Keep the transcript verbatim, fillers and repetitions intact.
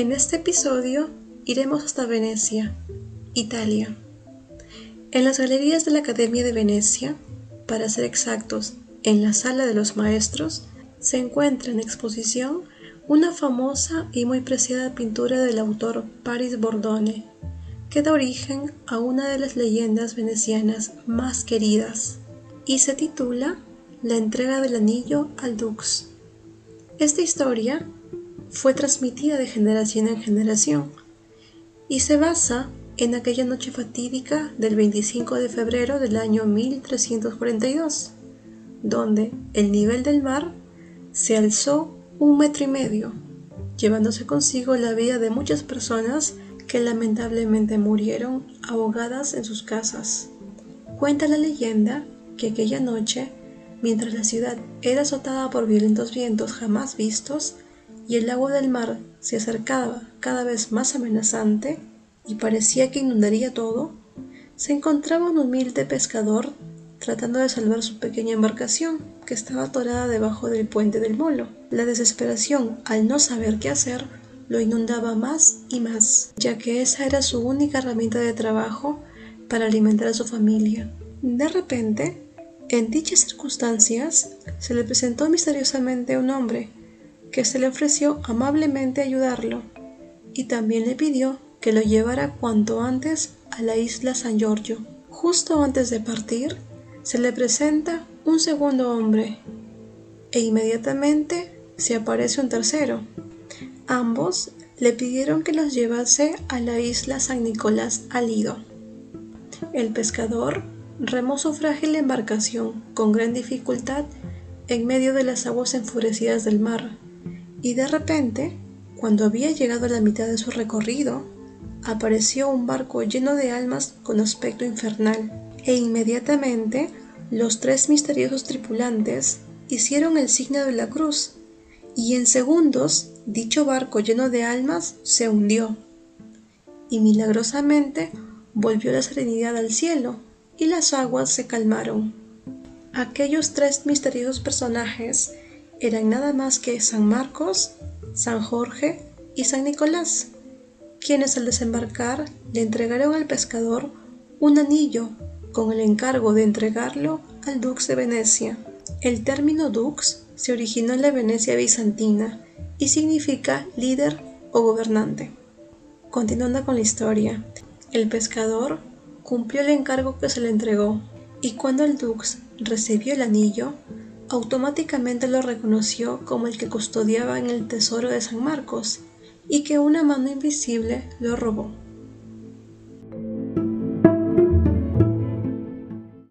En este episodio iremos hasta Venecia, Italia. En las galerías de la Academia de Venecia, para ser exactos, en la Sala de los Maestros, se encuentra en exposición una famosa y muy preciada pintura del autor Paris Bordone, que da origen a una de las leyendas venecianas más queridas, y se titula La entrega del anillo al dux. Esta historia fue transmitida de generación en generación y se basa en aquella noche fatídica del veinticinco de febrero del año mil trescientos cuarenta y dos, donde el nivel del mar se alzó un metro y medio, llevándose consigo la vida de muchas personas que lamentablemente murieron ahogadas en sus casas. Cuenta la leyenda que aquella noche, mientras la ciudad era azotada por violentos vientos jamás vistos y el agua del mar se acercaba cada vez más amenazante y parecía que inundaría todo, se encontraba un humilde pescador tratando de salvar su pequeña embarcación que estaba atorada debajo del puente del molo. La desesperación al no saber qué hacer lo inundaba más y más, ya que esa era su única herramienta de trabajo para alimentar a su familia. De repente, en dichas circunstancias, se le presentó misteriosamente un hombre que se le ofreció amablemente ayudarlo y también le pidió que lo llevara cuanto antes a la isla San Giorgio. Justo antes de partir, se le presenta un segundo hombre e inmediatamente se aparece un tercero. Ambos le pidieron que los llevase a la isla San Nicolás al Lido. El pescador remó su frágil embarcación con gran dificultad en medio de las aguas enfurecidas del mar, y de repente, cuando había llegado a la mitad de su recorrido, apareció un barco lleno de almas con aspecto infernal, e inmediatamente los tres misteriosos tripulantes hicieron el signo de la cruz, y en segundos dicho barco lleno de almas se hundió, y milagrosamente volvió la serenidad al cielo, y las aguas se calmaron. Aquellos tres misteriosos personajes eran nada más que San Marcos, San Jorge y San Nicolás, quienes al desembarcar le entregaron al pescador un anillo con el encargo de entregarlo al dux de Venecia. El término dux se originó en la Venecia bizantina y significa líder o gobernante. Continuando con la historia, el pescador cumplió el encargo que se le entregó, y cuando el dux recibió el anillo, automáticamente lo reconoció como el que custodiaba en el tesoro de San Marcos y que una mano invisible lo robó.